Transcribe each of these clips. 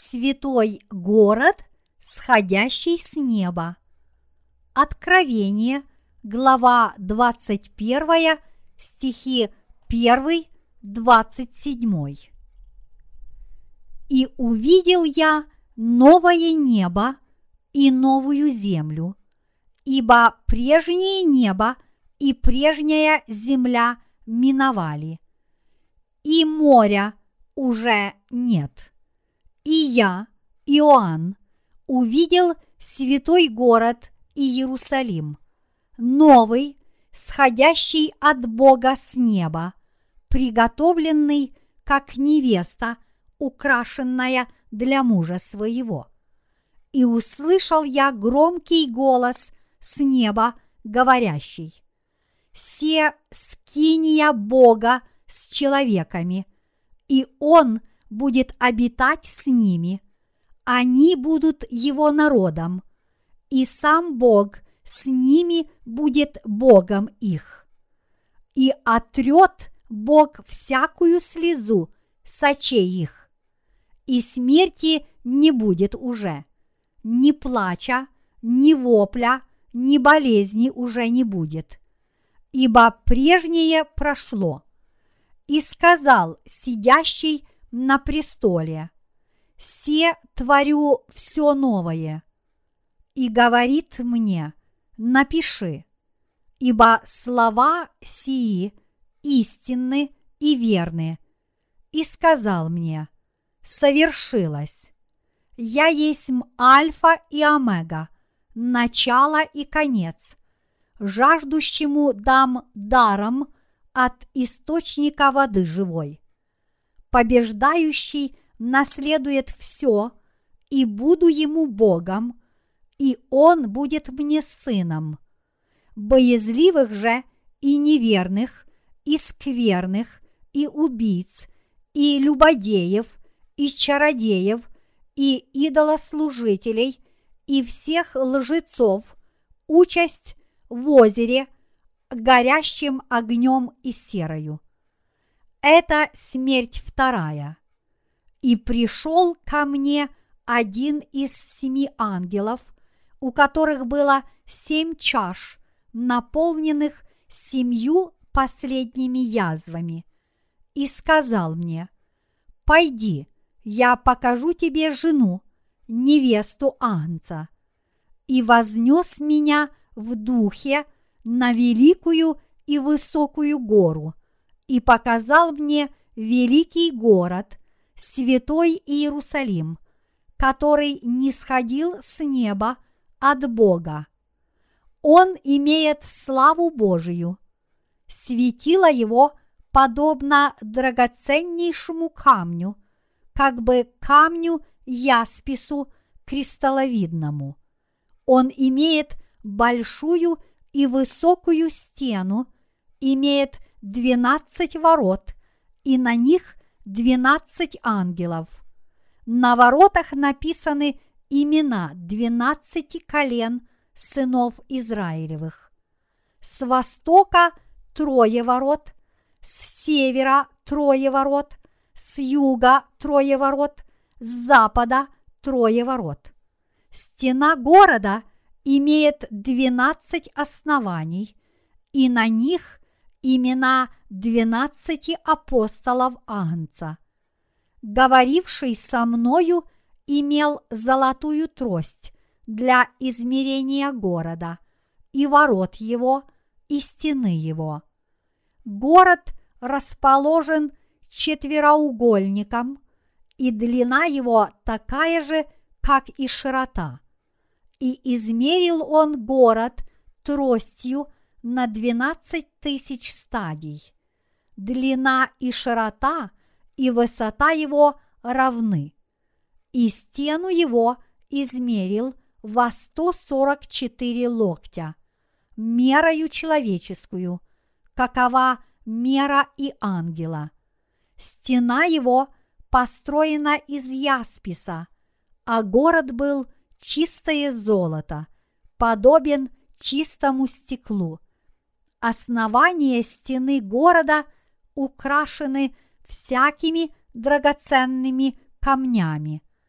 святой город, сходящий с неба. Откровение, глава 21, стихи 1, 27. «И увидел я новое небо и новую землю, ибо прежнее небо и прежняя земля миновали, и моря уже нет. И я, Иоанн, увидел святой город Иерусалим, новый, сходящий от Бога с неба, приготовленный, как невеста, украшенная для мужа своего. И услышал я громкий голос с неба, говорящий: «Се скиния Бога с человеками, и Он будет обитать с ними, они будут Его народом, и сам Бог с ними будет Богом их. И отрет Бог всякую слезу с очей их, и смерти не будет уже, ни плача, ни вопля, ни болезни уже не будет, ибо прежнее прошло. И сказал сидящий на престоле: се творю все новое. И говорит мне: напиши, ибо слова сии истинны и верны. И сказал мне: совершилось. Я есмь Альфа и Омега, начало и конец. Жаждущему дам даром от источника воды живой. Побеждающий наследует все, и буду ему Богом, и он будет мне сыном. Боязливых же и неверных, и скверных, и убийц, и любодеев, и чародеев, и идолослужителей, и всех лжецов участь в озере, горящим огнем и серою. Это смерть вторая. И пришел ко мне один из 7 ангелов, у которых было 7 чаш, наполненных 7 последними язвами, и сказал мне: пойди, я покажу тебе жену, невесту Агнца. И вознес меня в духе на великую и высокую гору, и показал мне великий город, святой Иерусалим, который нисходил с неба от Бога. Он имеет славу Божию. Светило его подобно драгоценнейшему камню, как бы камню яспису кристалловидному. Он имеет большую и высокую стену, имеет 12 ворот, и на них 12 ангелов. На воротах написаны имена 12 колен сынов Израилевых. С востока 3 ворот, с севера 3 ворот, с юга 3 ворот, с запада 3 ворот. Стена города имеет 12 оснований, и на них имена 12 апостолов Агнца. Говоривший со мною имел золотую трость для измерения города, и ворот его, и стены его. Город расположен четвероугольником, и длина его такая же, как и широта. И измерил он город тростью на 12 тысяч стадий. Длина и широта и высота его равны. И стену его измерил во 144 локтя, мерою человеческую, какова мера и ангела. Стена его построена из ясписа, а город был чистое золото, подобен чистому стеклу. Основания стены города украшены всякими драгоценными камнями,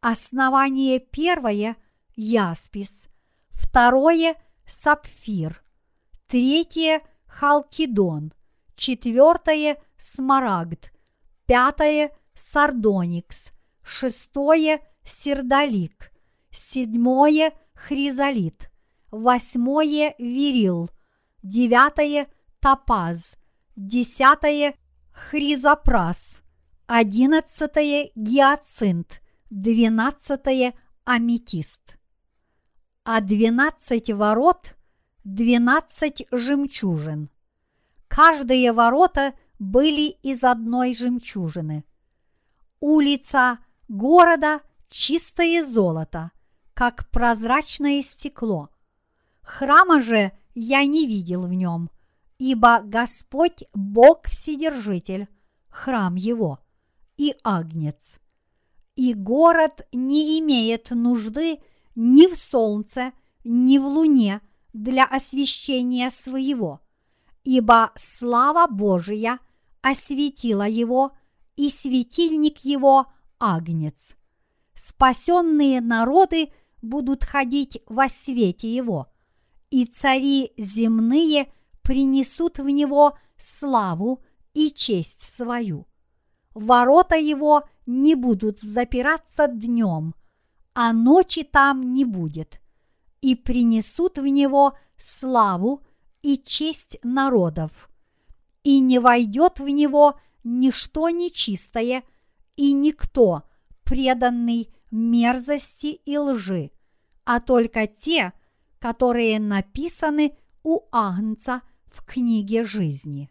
Основание первое – яспис, второе – сапфир, третье – халкидон, четвертое – смарагд, пятое – сардоникс, шестое – сердолик, седьмое – хризолит, восьмое – верил, девятое – топаз, десятое – хризопрас, одиннадцатое – гиацинт, двенадцатое – аметист. А 12 ворот – 12 жемчужин. Каждые ворота были из одной жемчужины. Улица города – чистое золото, как прозрачное стекло. Храма же я не видел в нем, ибо Господь Бог Вседержитель, храм его, и агнец. И город не имеет нужды ни в солнце, ни в луне для освещения своего, ибо слава Божия осветила его, и светильник его – агнец. Спасенные народы будут ходить во свете его, и цари земные принесут в него славу и честь свою. Ворота его не будут запираться днем, а ночи там не будет, и принесут в него славу и честь народов, и не войдет в него ничто нечистое и никто, преданный мерзости и лжи, а только те, которые написаны у Агнца в книге жизни.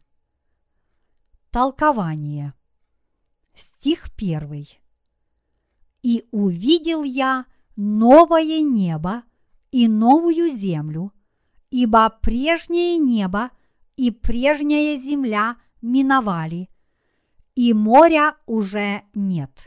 Толкование. Стих 1. «И увидел я новое небо и новую землю, ибо прежнее небо и прежняя земля миновали, и моря уже нет».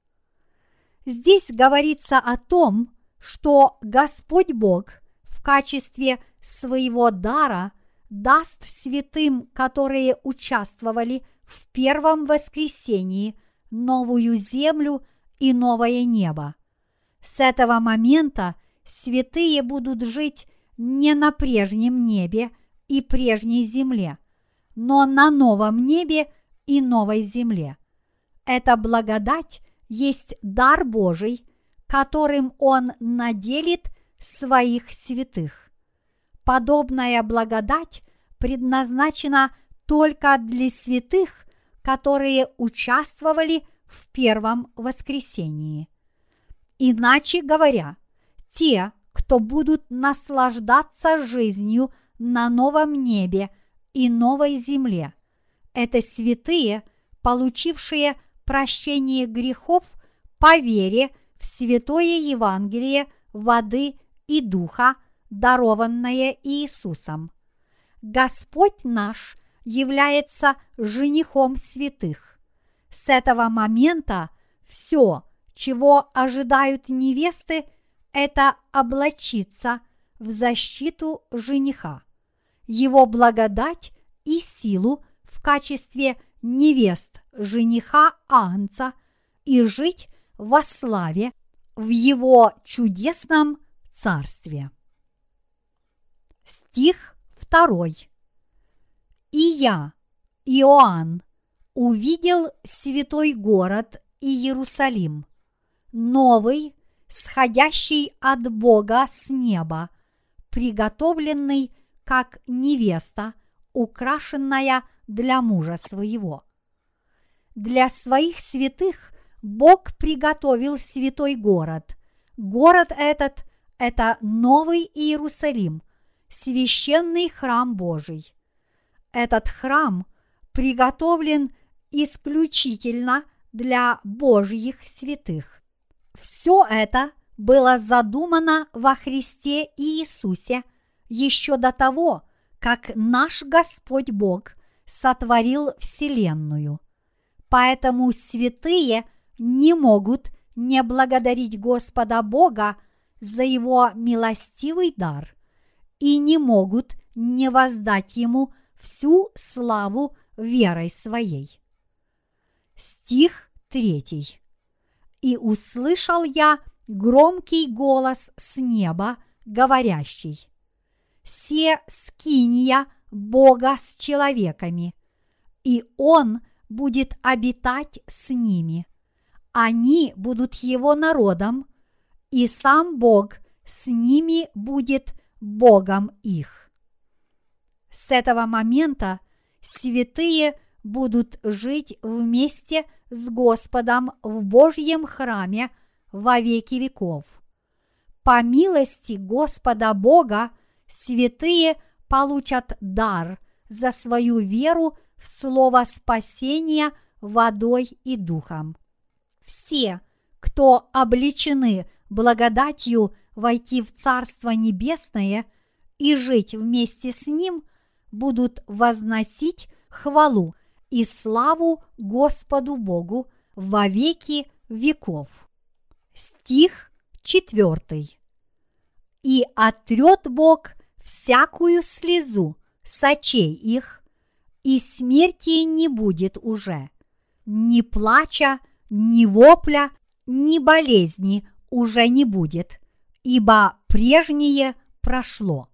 Здесь говорится о том, что Господь Бог в качестве своего дара даст святым, которые участвовали в первом воскресении, новую землю и новое небо. С этого момента святые будут жить не на прежнем небе и прежней земле, но на новом небе и новой земле. Эта благодать есть дар Божий, которым Он наделит своих святых. Подобная благодать предназначена только для святых, которые участвовали в первом воскресении. Иначе говоря, те, кто будут наслаждаться жизнью на новом небе и новой земле, это святые, получившие прощение грехов по вере в святое Евангелие воды и духа, дарованное Иисусом. Господь наш является женихом святых. С этого момента все, чего ожидают невесты, это облачиться в защиту жениха, его благодать и силу в качестве невест жениха Агнца и жить во славе в его чудесном царстве. Стих 2. «И я, Иоанн, увидел святой город Иерусалим, новый, сходящий от Бога с неба, приготовленный как невеста, украшенная для мужа своего». Для своих святых Бог приготовил святой город. Город этот – это Новый Иерусалим, священный храм Божий. Этот храм приготовлен исключительно для Божьих святых. Все это было задумано во Христе Иисусе еще до того, как наш Господь Бог сотворил вселенную. Поэтому святые не могут не благодарить Господа Бога за Его милостивый дар и не могут не воздать Ему всю славу верой своей. Стих 3. и услышал я громкий голос с неба, говорящий: «Се скиния Бога с человеками, и Он будет обитать с ними. Они будут Его народом, и сам Бог с ними будет Богом их». С этого момента святые будут жить вместе с Господом в Божьем храме во веки веков. По милости Господа Бога святые получат дар за свою веру в слово спасения водой и духом. Все, кто облечены благодатью войти в Царство Небесное и жить вместе с Ним, будут возносить хвалу и славу Господу Богу во веки веков. Стих 4. «И отрет Бог всякую слезу с очей их, и смерти не будет уже, ни плача, ни вопля, ни болезни уже не будет, ибо прежнее прошло».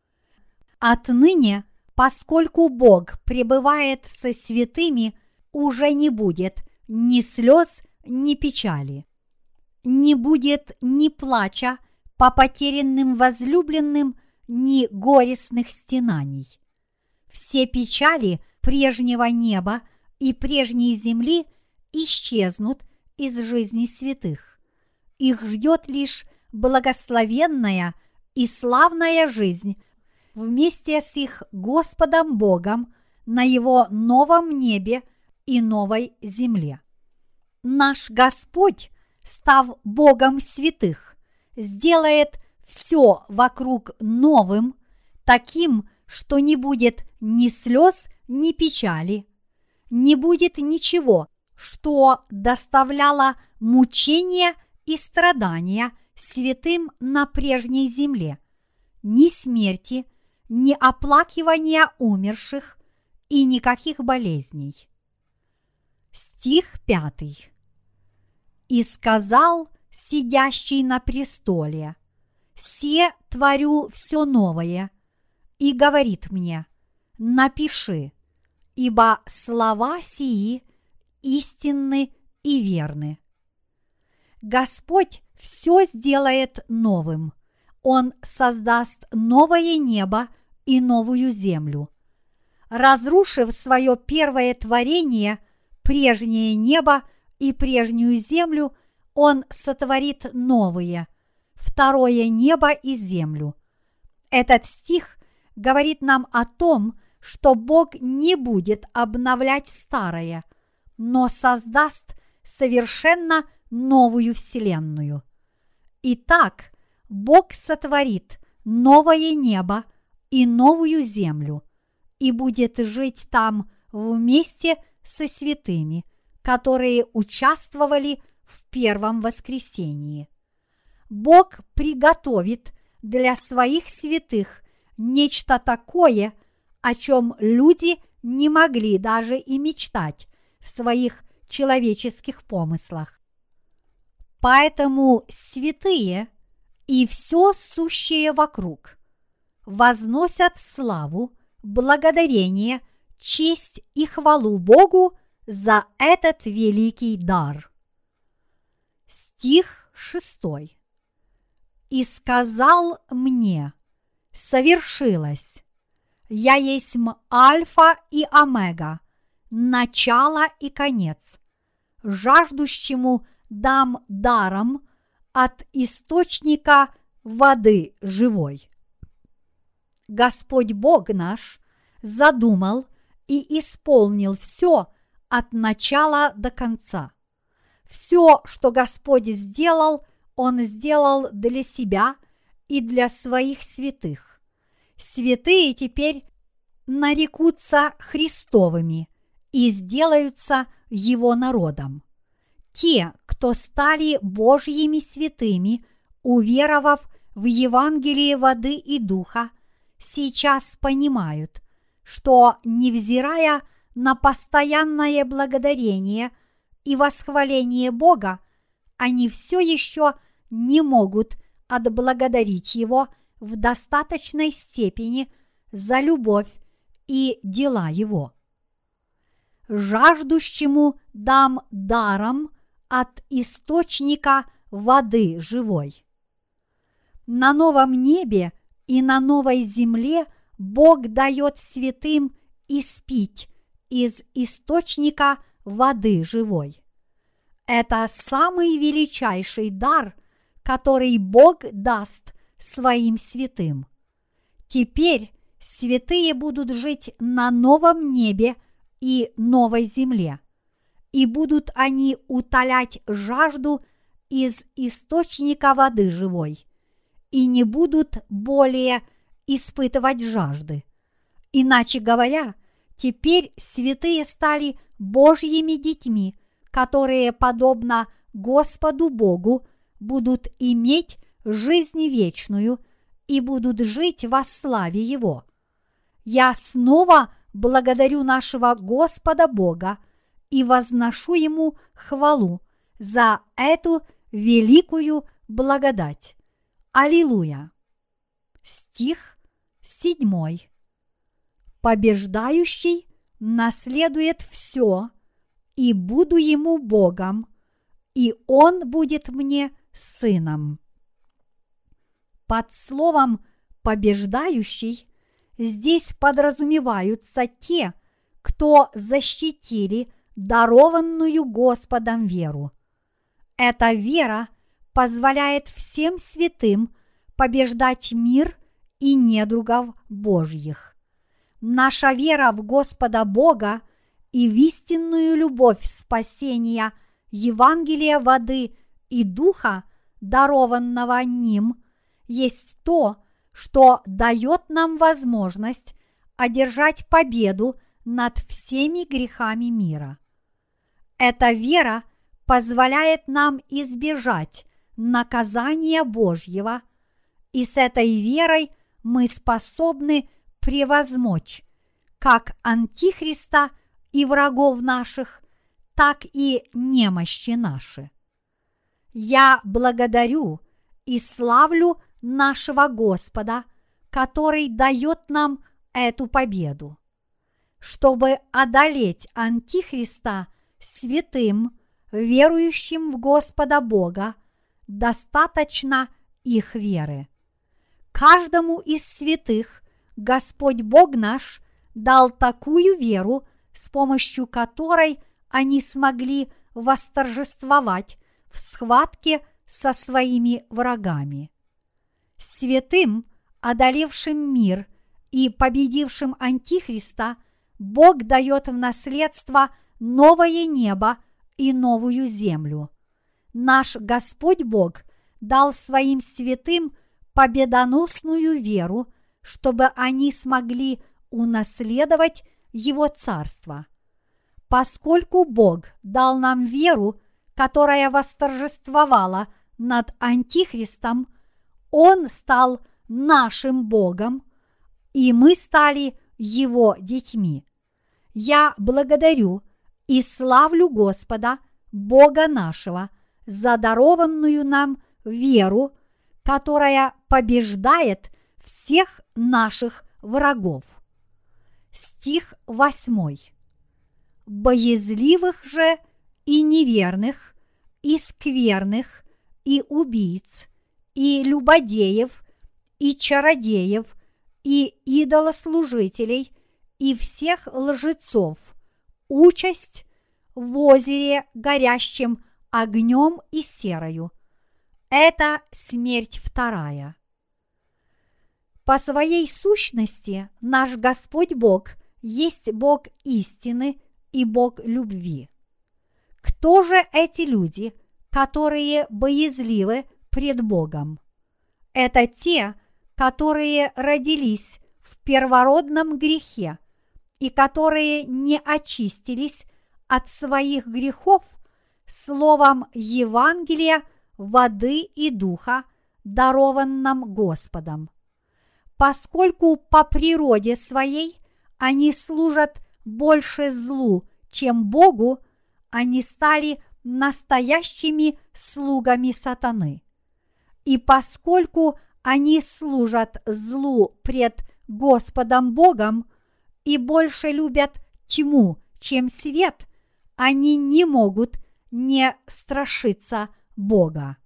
Отныне, поскольку Бог пребывает со святыми, уже не будет ни слез, ни печали. Не будет ни плача по потерянным возлюбленным, ни горестных стенаний. Все печали прежнего неба и прежней земли исчезнут из жизни святых. Их ждет лишь благословенная и славная жизнь вместе с их Господом Богом на Его новом небе и новой земле. Наш Господь, став Богом святых, сделает все вокруг новым, таким, что не будет ни слез, ни печали, не будет ничего, что доставляло мучения и страдания святым на прежней земле, ни смерти, ни оплакивания умерших и никаких болезней. Стих 5. «И сказал сидящий на престоле: се творю все новое, и говорит мне: напиши, ибо слова сии истинны и верны». Господь все сделает новым. Он создаст новое небо и новую землю. Разрушив свое первое творение, прежнее небо и прежнюю землю, Он сотворит новые, второе небо и землю. Этот стих говорит нам о том, что Бог не будет обновлять старое, но создаст совершенно новую вселенную. Итак, Бог сотворит новое небо и новую землю и будет жить там вместе со святыми, которые участвовали в первом воскресении. Бог приготовит для своих святых нечто такое, о чем люди не могли даже и мечтать в своих человеческих помыслах. Поэтому святые и все сущее вокруг возносят славу, благодарение, честь и хвалу Богу за этот великий дар. Стих 6. «И сказал мне: совершилось. Я есть Альфа и Омега, начало и конец. Жаждущему дам даром от источника воды живой». Господь Бог наш задумал и исполнил все от начала до конца. Все, что Господь сделал, Он сделал для себя и для своих святых. Святые теперь нарекутся Христовыми и сделаются Его народом. Те, кто стали Божьими святыми, уверовав в Евангелие воды и духа, сейчас понимают, что, невзирая на постоянное благодарение и восхваление Бога, они все еще не могут отблагодарить Его в достаточной степени за любовь и дела Его. Жаждущему дам даром от источника воды живой. На новом небе и на новой земле Бог дает святым испить из источника воды живой. Это самый величайший дар, который Бог даст своим святым. Теперь святые будут жить на новом небе и новой земле, и будут они утолять жажду из источника воды живой, и не будут более испытывать жажды. Иначе говоря, теперь святые стали Божьими детьми, которые, подобно Господу Богу, будут иметь жизнь вечную и будут жить во славе Его. Я снова благодарю нашего Господа Бога и возношу Ему хвалу за эту великую благодать. Аллилуйя! Стих 7. Побеждающий наследует все, и буду ему Богом, и он будет мне сыном. Под словом «побеждающий» здесь подразумеваются те, кто защитили дарованную Господом веру. Эта вера позволяет всем святым побеждать мир и недругов Божьих. Наша вера в Господа Бога и в истинную любовь спасения Евангелия воды и духа, дарованного Ним, есть то, что дает нам возможность одержать победу над всеми грехами мира. Эта вера позволяет нам избежать наказания Божьего, и с этой верой мы способны превозмочь как антихриста и врагов наших, так и немощи наши. Я благодарю и славлю нашего Господа, который дает нам эту победу. Чтобы одолеть антихриста святым, верующим в Господа Бога, достаточно их веры. Каждому из святых Господь Бог наш дал такую веру, с помощью которой они смогли восторжествовать в схватке со своими врагами. Святым, одолевшим мир и победившим Антихриста, Бог дает в наследство новое небо и новую землю. Наш Господь Бог дал своим святым победоносную веру, чтобы они смогли унаследовать Его царство. Поскольку Бог дал нам веру, которая восторжествовала над Антихристом, Он стал нашим Богом, и мы стали Его детьми. Я благодарю и славлю Господа, Бога нашего, за дарованную нам веру, которая побеждает всех наших врагов. Стих 8. Боязливых же и неверных, и скверных, и убийц, и любодеев, и чародеев, и идолослужителей, и всех лжецов участь в озере, горящем огнем и серою. Это смерть вторая. По своей сущности наш Господь Бог есть Бог истины и Бог любви. Кто же эти люди, которые боязливы пред Богом? Это те, которые родились в первородном грехе и которые не очистились от своих грехов словом Евангелия воды и духа, дарованным Господом. Поскольку по природе своей они служат больше злу, чем Богу, они стали настоящими слугами сатаны. И поскольку они служат злу пред Господом Богом и больше любят тьму, чем свет, они не могут не страшиться Бога.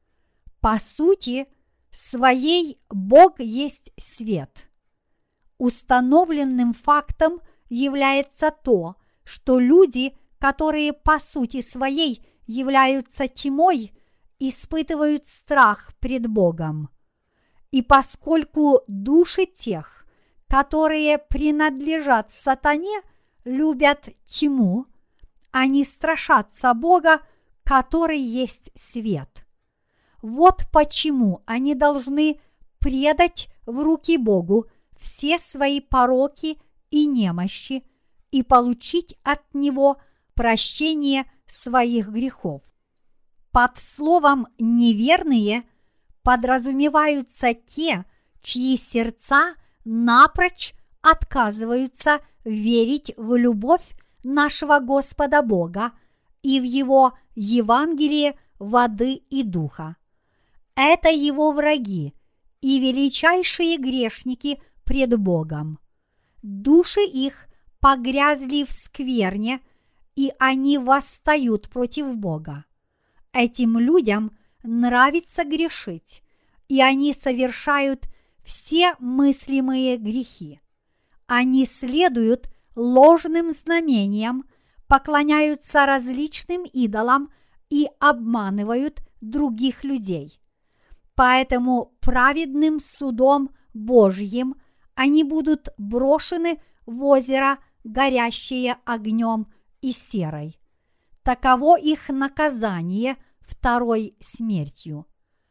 По сути своей Бог есть свет. Установленным фактом является то, что люди, которые по сути своей являются тьмой, испытывают страх пред Богом. И поскольку души тех, которые принадлежат сатане, любят тьму, они страшатся Бога, который есть свет. Вот почему они должны предать в руки Богу все свои пороки и немощи и получить от Него прощение своих грехов. Под словом «неверные» подразумеваются те, чьи сердца напрочь отказываются верить в любовь нашего Господа Бога и в Его Евангелие воды и духа. Это Его враги и величайшие грешники пред Богом. Души их погрязли в скверне, и они восстают против Бога. Этим людям нравится грешить, и они совершают все мыслимые грехи. Они следуют ложным знамениям, поклоняются различным идолам и обманывают других людей. Поэтому праведным судом Божьим они будут брошены в озеро, горящее огнем и серой. Таково их наказание второй смертью.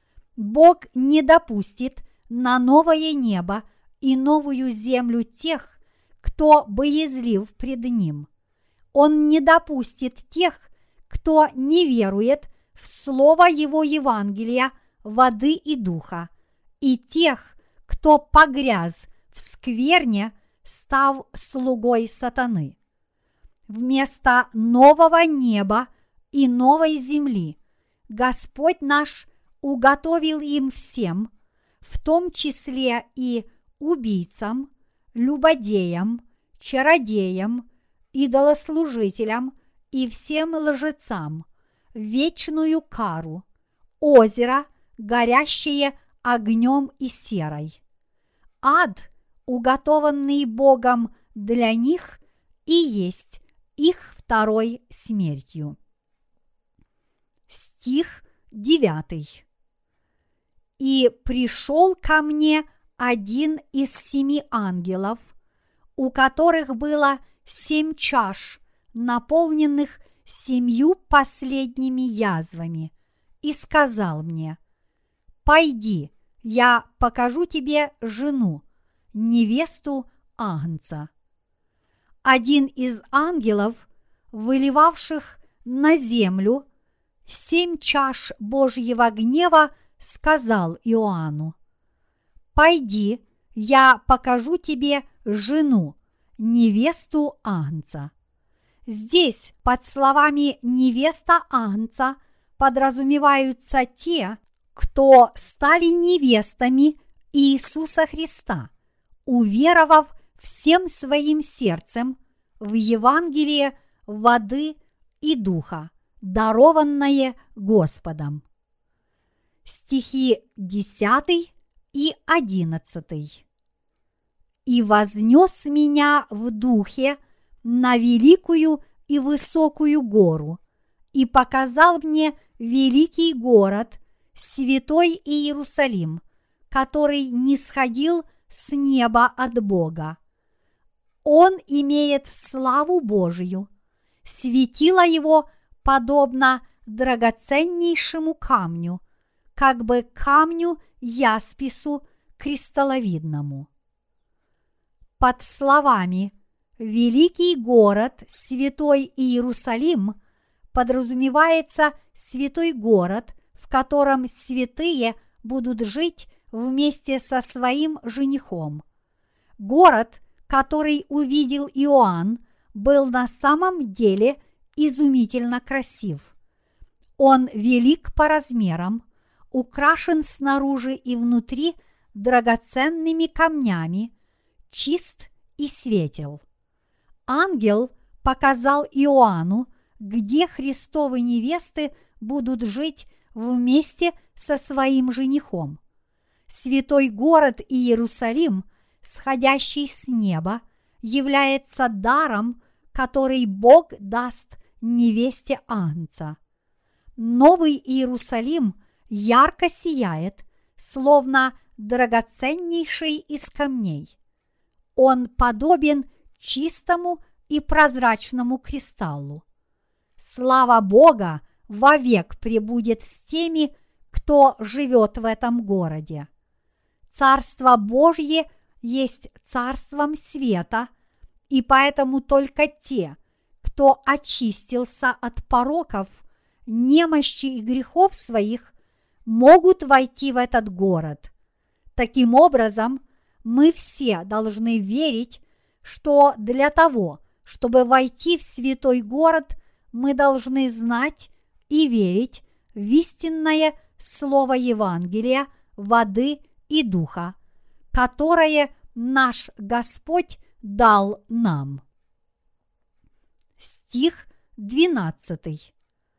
Бог не допустит на новое небо и новую землю тех, кто боязлив пред Ним. Он не допустит тех, кто не верует в слово Его Евангелия, воды и духа, и тех, кто погряз в скверне, став слугой сатаны. Вместо нового неба и новой земли Господь наш уготовил им всем, в том числе и убийцам, любодеям, чародеям, идолослужителям и всем лжецам, вечную кару, озеро, горящее огнем и серой. Ад, уготованный Богом для них, и есть их второй смертью. Стих 9. «И пришел ко мне один из 7 ангелов, у которых было 7 чаш, наполненных 7 последними язвами, и сказал мне: пойди, я покажу тебе жену, невесту Агнца. Один из ангелов, выливавших на землю 7 чаш Божьего гнева, сказал Иоанну: пойди, я покажу тебе жену, невесту Агнца. Здесь под словами «невеста Агнца» подразумеваются те, кто стали невестами Иисуса Христа, уверовав всем своим сердцем в Евангелие воды и духа, дарованное Господом. Стихи 10 и 11. «И вознес меня в духе на великую и высокую гору, и показал мне великий город, святой Иерусалим, который нисходил с неба от Бога. Он имеет славу Божию, светило его подобно драгоценнейшему камню, как бы камню яспису кристалловидному». Под словами «великий город, святой Иерусалим» подразумевается святой город, в котором святые будут жить вместе со своим женихом. Город, который увидел Иоанн, был на самом деле изумительно красив. Он велик по размерам, украшен снаружи и внутри драгоценными камнями, чист и светел. Ангел показал Иоанну, где Христовы невесты будут жить вместе со своим женихом. Святой город Иерусалим, сходящий с неба, является даром, который Бог даст невесте Агнца. Новый Иерусалим ярко сияет, словно драгоценнейший из камней. Он подобен чистому и прозрачному кристаллу. Слава Бога вовек пребудет с теми, кто живет в этом городе. Царство Божье есть царством света, и поэтому только те, кто очистился от пороков, немощи и грехов своих, могут войти в этот город. Таким образом, мы все должны верить, что для того, чтобы войти в святой город, мы должны знать и верить в истинное слово Евангелия, воды и духа, которое наш Господь дал нам. Стих 12.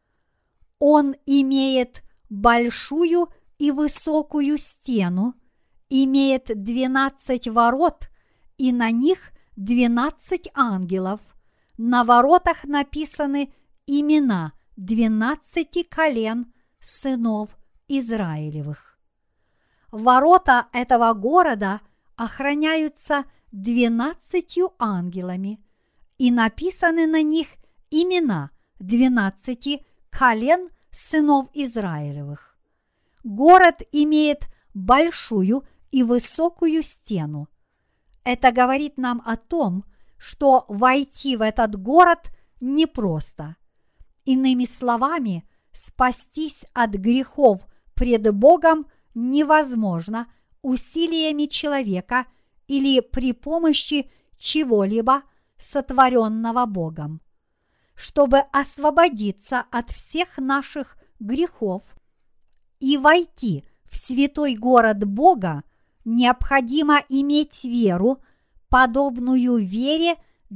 Он имеет большую и высокую стену, имеет 12 ворот, и на них 12 ангелов. На воротах написаны имена 12 колен сынов Израилевых. Ворота этого города охраняются 12 ангелами, и написаны на них имена 12 колен сынов Израилевых. Город имеет большую и высокую стену. Это говорит нам о том, что войти в этот город непросто. Иными словами, спастись от грехов пред Богом невозможно усилиями человека или при помощи чего-либо, сотворенного Богом. Чтобы освободиться от всех наших грехов и войти в святой город Бога, необходимо иметь веру, подобную вере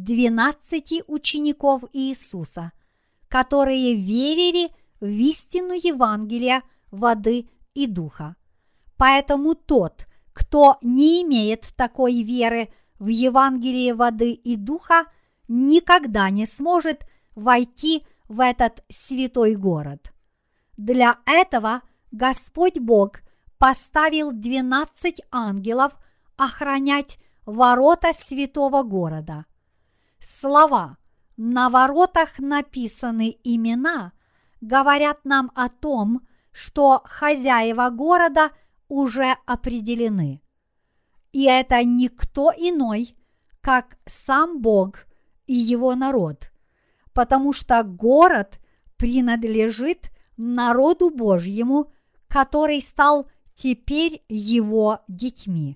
12 учеников Иисуса, которые верили в истину Евангелия, воды и духа. Поэтому тот, кто не имеет такой веры в Евангелие воды и духа, никогда не сможет войти в этот святой город. Для этого Господь Бог поставил 12 ангелов охранять ворота святого города. Слова «на воротах написаны имена» говорят нам о том, что хозяева города уже определены. И это никто иной, как сам Бог и его народ, потому что город принадлежит народу Божьему, который стал теперь его детьми.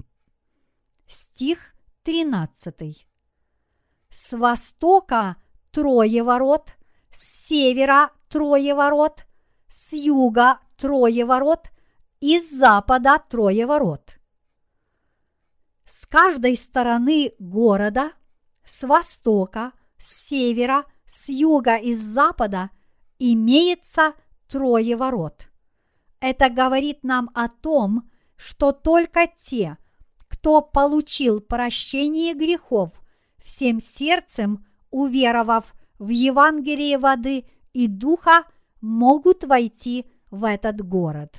Стих 13. С востока 3 ворот, с севера 3 ворот, с юга 3 ворот и с запада 3 ворот. С каждой стороны города, с востока, с севера, с юга и с запада имеется 3 ворот. Это говорит нам о том, что только те, кто получил прощение грехов, всем сердцем уверовав в Евангелие воды и духа, могут войти в этот город.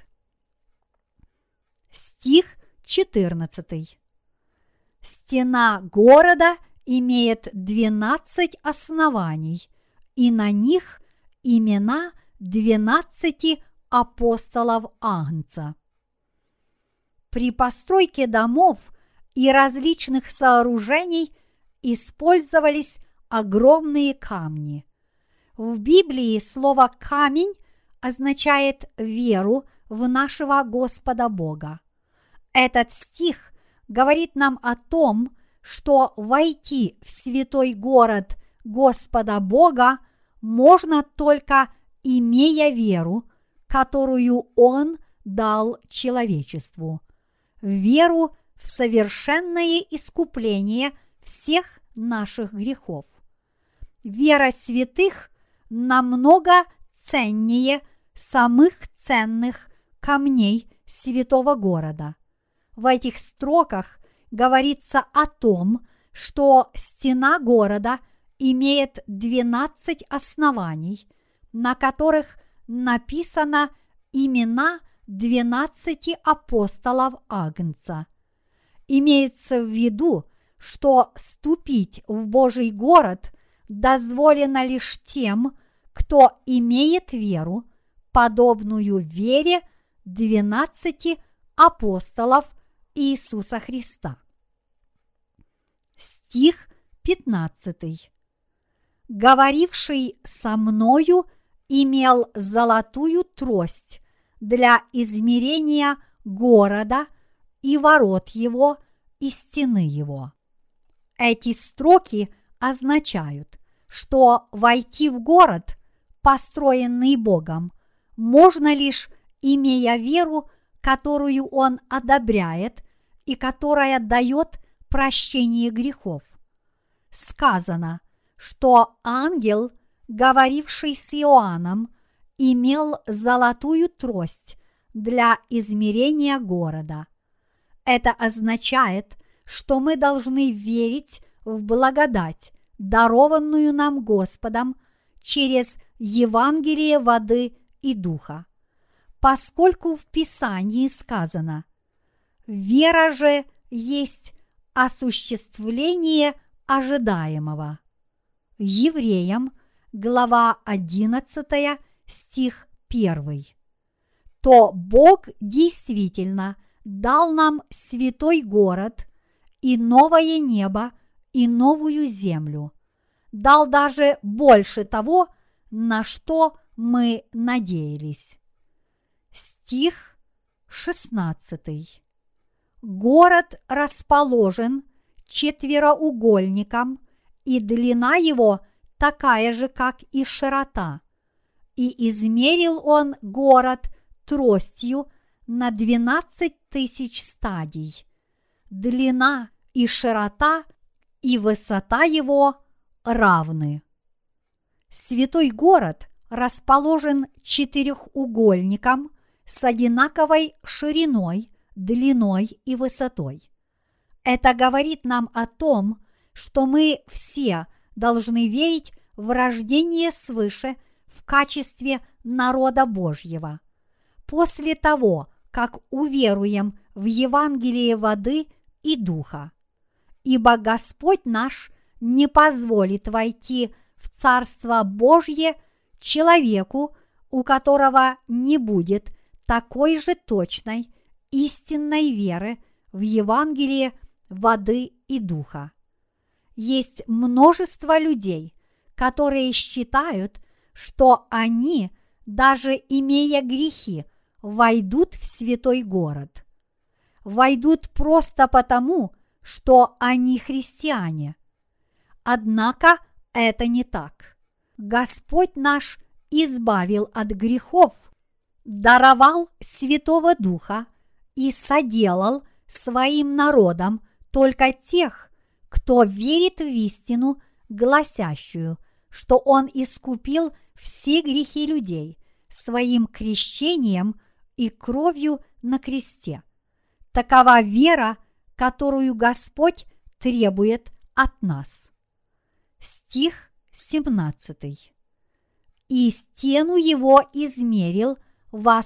Стих 14. Стена города имеет 12 оснований, и на них имена 12 апостолов Агнца. При постройке домов и различных сооружений использовались огромные камни. В Библии слово «камень» означает веру в нашего Господа Бога. Этот стих говорит нам о том, что войти в святой город Господа Бога можно только имея веру, которую Он дал человечеству, веру в совершенное искупление всех наших грехов. Вера святых намного ценнее самых ценных камней святого города. В этих строках говорится о том, что стена города имеет 12 оснований, на которых написано имена 12 апостолов Агнца. Имеется в виду, что ступить в Божий город дозволено лишь тем, кто имеет веру, подобную вере 12 апостолов Иисуса Христа. Стих 15. «Говоривший со мною имел золотую трость для измерения города и ворот его, и стены его». Эти строки означают, что войти в город, построенный Богом, можно лишь имея веру, которую Он одобряет и которая дает прощение грехов. Сказано, что ангел, говоривший с Иоанном, имел золотую трость для измерения города. Это означает, что мы должны верить в благодать, дарованную нам Господом через Евангелие воды и духа. Поскольку в Писании сказано: «Вера же есть осуществление ожидаемого». Евреям, глава 11, стих 1. То Бог действительно дал нам святой город и новое небо и новую землю, дал даже больше того, на что мы надеялись. Стих 16. Город расположен четвероугольником, и длина его такая же, как и широта. И измерил он город тростью на 12 тысяч стадий. Длина и широта и высота его равны. Святой город расположен четырехугольником с одинаковой шириной, длиной и высотой. Это говорит нам о том, что мы все должны верить в рождение свыше в качестве народа Божьего. После того, как уверуем в Евангелие воды и духа. Ибо Господь наш не позволит войти в Царство Божье человеку, у которого не будет такой же точной истинной веры в Евангелие воды и духа. Есть множество людей, которые считают, что они, даже имея грехи, войдут в святой город. Войдут просто потому, что они христиане. Однако это не так. Господь наш избавил от грехов, даровал Святого Духа и соделал своим народом только тех, кто верит в истину, гласящую, что Он искупил все грехи людей своим крещением и кровью на кресте. Такова вера, которую Господь требует от нас. Стих 17. «И стену его измерил во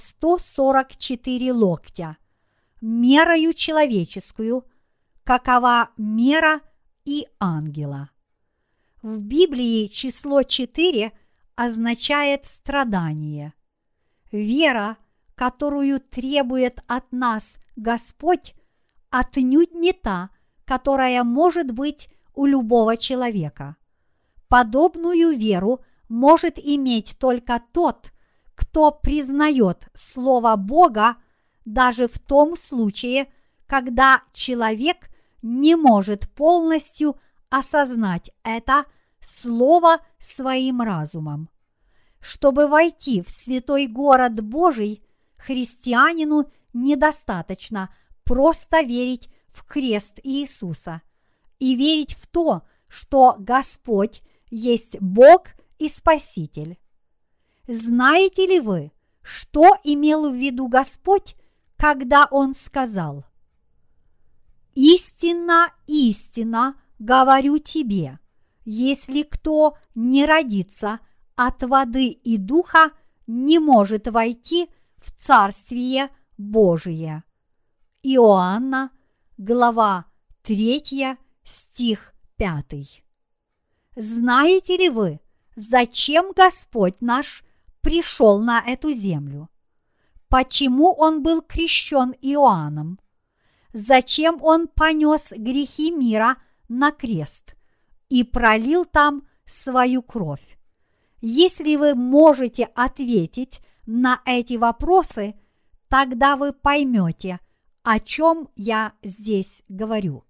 144 локтя, мерою человеческую, какова мера и ангела». В Библии число 4 означает страдание. Вера, которую требует от нас Господь, отнюдь не та, которая может быть у любого человека. Подобную веру может иметь только тот, кто признает Слово Бога даже в том случае, когда человек не может полностью осознать это Слово своим разумом. чтобы войти в святой город Божий, христианину недостаточно просто верить в крест Иисуса и верить в то, что Господь есть Бог и Спаситель. Знаете ли вы, что имел в виду Господь, когда Он сказал: «Истинно, истинно говорю тебе, если кто не родится от воды и духа, не может войти в Царствие Божие». Иоанна, глава 3, стих 5. Знаете ли вы, зачем Господь наш пришел на эту землю? Почему Он был крещен Иоанном? Зачем Он понес грехи мира на крест и пролил там свою кровь? Если вы можете ответить на эти вопросы, тогда вы поймете, о чем я здесь говорю.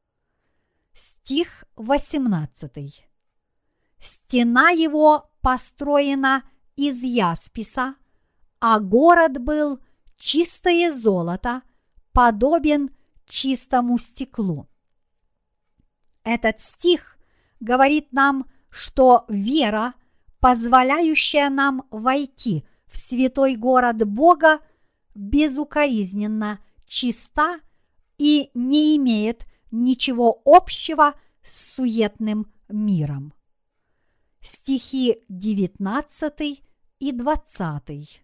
Стих 18. Стена его построена из ясписа, а город был чистое золото, подобен чистому стеклу. Этот стих говорит нам, что вера, позволяющая нам войти в святой город Бога, безукоризненно чиста и не имеет ничего общего с суетным миром. Стихи 19 и 20.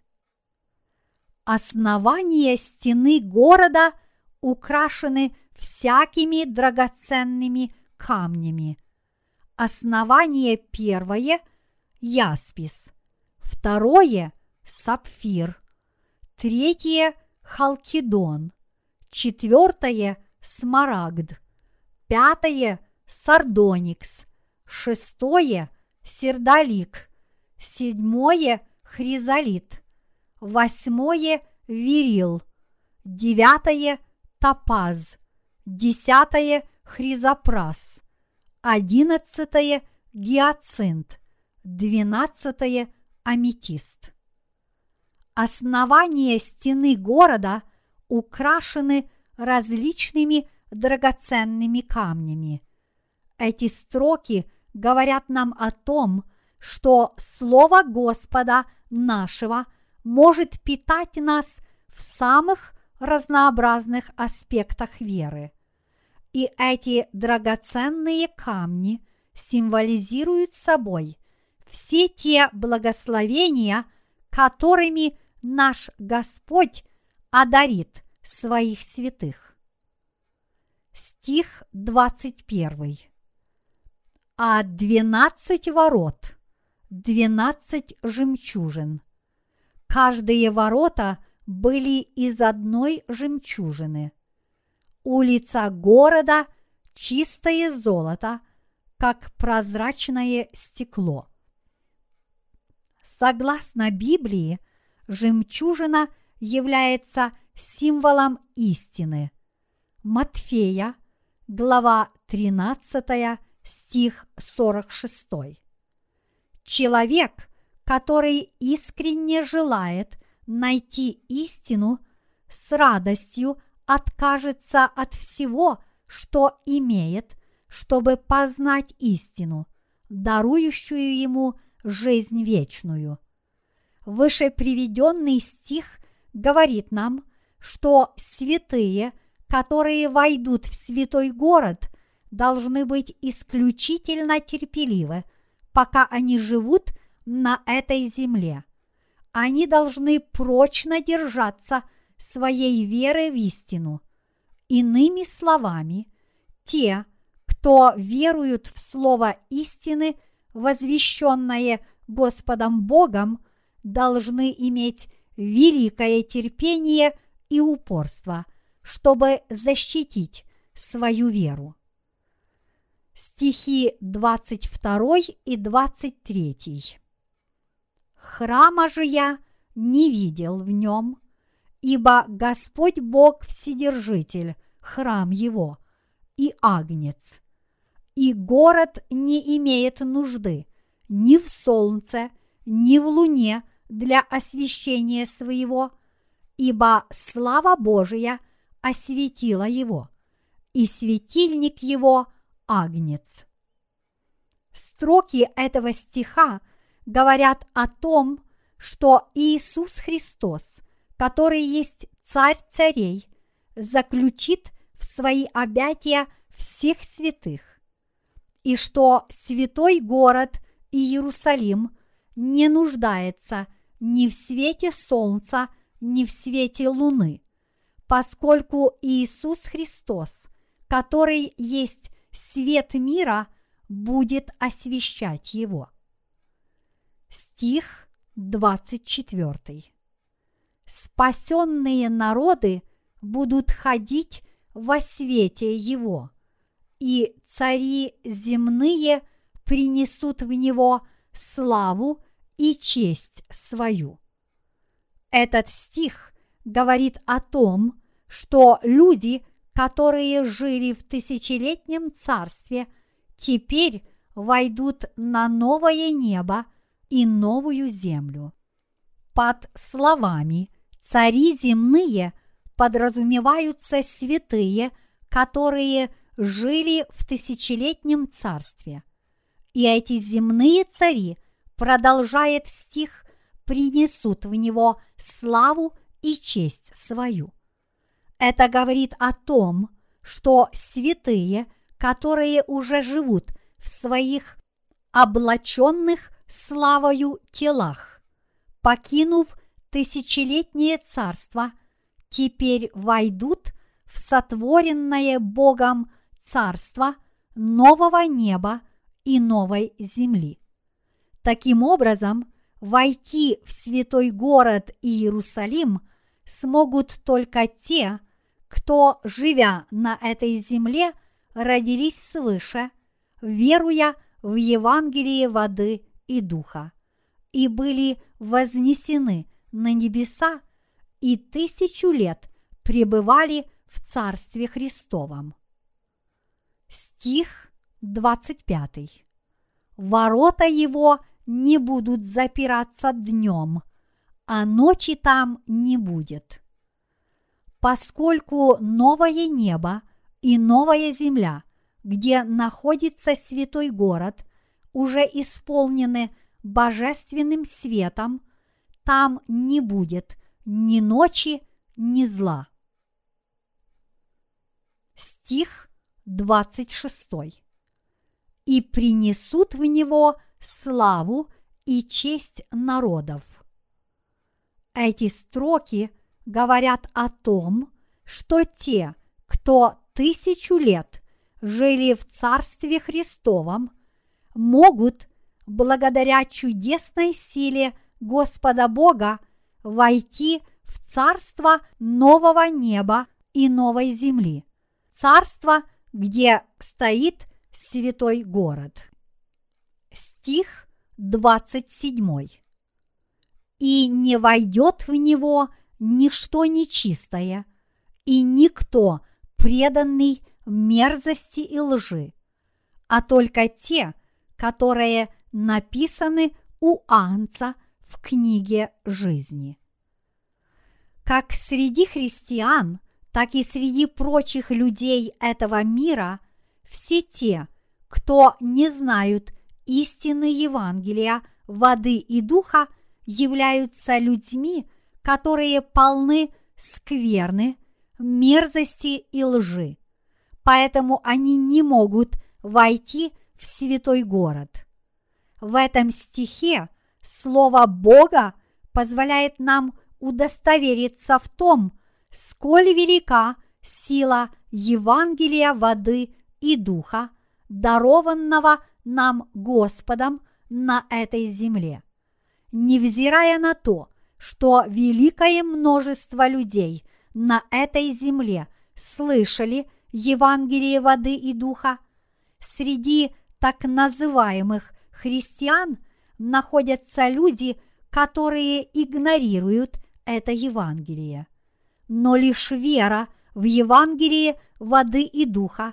Основания стены города украшены всякими драгоценными камнями. Основание первое – яспис, второе – сапфир, третье – халкидон, четвертое – смарагд, пятое – сардоникс, шестое – сердолик, седьмое – хризолит, восьмое – верил, девятое – топаз, десятое – хризопрас, 11 гиацинт, 12 аметист. Основания стены города украшены различными драгоценными камнями. Эти строки говорят нам о том, что Слово Господа нашего может питать нас в самых разнообразных аспектах веры. И эти драгоценные камни символизируют собой все те благословения, которыми наш Господь одарит своих святых. Стих 21. А 12 ворот, 12 жемчужин. Каждые ворота были из одной жемчужины. Улица города – чистое золото, как прозрачное стекло. Согласно Библии, жемчужина является символом истины. Матфея, глава 13, стих 46. Человек, который искренне желает найти истину, с радостью откажется от всего, что имеет, чтобы познать истину, дарующую ему жизнь вечную. Выше приведенный стих говорит нам, что святые, которые войдут в святой город, должны быть исключительно терпеливы, пока они живут на этой земле. Они должны прочно держаться своей веры в истину. Иными словами, те, кто веруют в слово истины, возвещенное Господом Богом, должны иметь великое терпение и упорство, чтобы защитить свою веру. Стихи 22 и 23. «Храма же я не видел в нем, ибо Господь Бог Вседержитель, храм его, и агнец. И город не имеет нужды ни в солнце, ни в луне для освещения своего, ибо слава Божия осветила его, и светильник его – агнец. Строки этого стиха говорят о том, что Иисус Христос, который есть Царь царей, заключит в свои объятия всех святых, и что святой город Иерусалим не нуждается ни в свете солнца, ни в свете луны, поскольку Иисус Христос, который есть свет мира, будет освещать его. Стих 24. Спасенные народы будут ходить во свете его, и цари земные принесут в него славу и честь свою. Этот стих говорит о том, что люди, которые жили в тысячелетнем царстве, теперь войдут на новое небо и новую землю. Под словами «цари земные» подразумеваются святые, которые жили в тысячелетнем царстве. И эти земные цари, продолжает стих, принесут в него славу и честь свою. Это говорит о том, что святые, которые уже живут в своих облаченных славою телах, покинув тысячелетнее царство, теперь войдут в сотворенное Богом царство нового неба и новой земли. Таким образом, войти в святой город Иерусалим смогут только те, кто, живя на этой земле, родились свыше, веруя в Евангелие воды и духа, и были вознесены на небеса и 1000 лет пребывали в Царстве Христовом. Стих 25. Ворота его не будут запираться днем, а ночи там не будет. Поскольку новое небо и новая земля, где находится святой город, уже исполнены божественным светом, там не будет ни ночи, ни зла. Стих 26. И принесут в него славу и честь народов. Эти строки говорят о том, что те, кто 1000 лет жили в Царстве Христовом, могут, благодаря чудесной силе Господа Бога, войти в царство нового неба и новой земли, царство, где стоит святой город. Стих 27. И не войдет в него ничто нечистое, и никто, преданный мерзости и лжи, а только те, которые написаны у Агнца в книге жизни. Как среди христиан, так и среди прочих людей этого мира все те, кто не знают истины Евангелия, воды и духа, являются людьми, которые полны скверны, мерзости и лжи. Поэтому они не могут войти в святой город. В этом стихе Слово Бога позволяет нам удостовериться в том, сколь велика сила Евангелия воды и духа, дарованного нам Господом на этой земле. Невзирая на то, что великое множество людей на этой земле слышали Евангелие воды и духа, среди так называемых христиан находятся люди, которые игнорируют это Евангелие. Но лишь вера в Евангелие воды и духа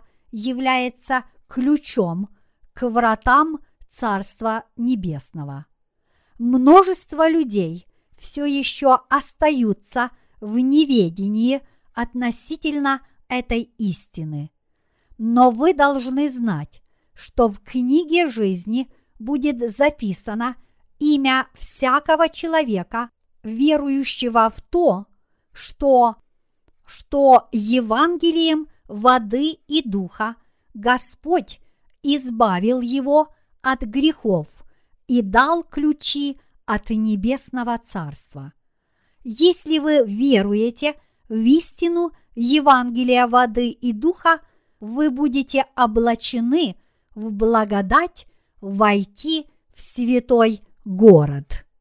является ключом к вратам Царства Небесного. множество людей все еще остаются в неведении относительно этой истины. Но вы должны знать, что в книге жизни будет записано имя всякого человека, верующего в то, что Евангелием воды и духа Господь избавил его от грехов и дал ключи от небесного царства. Если вы веруете в истину Евангелия воды и духа, вы будете облачены в благодать войти в святой город.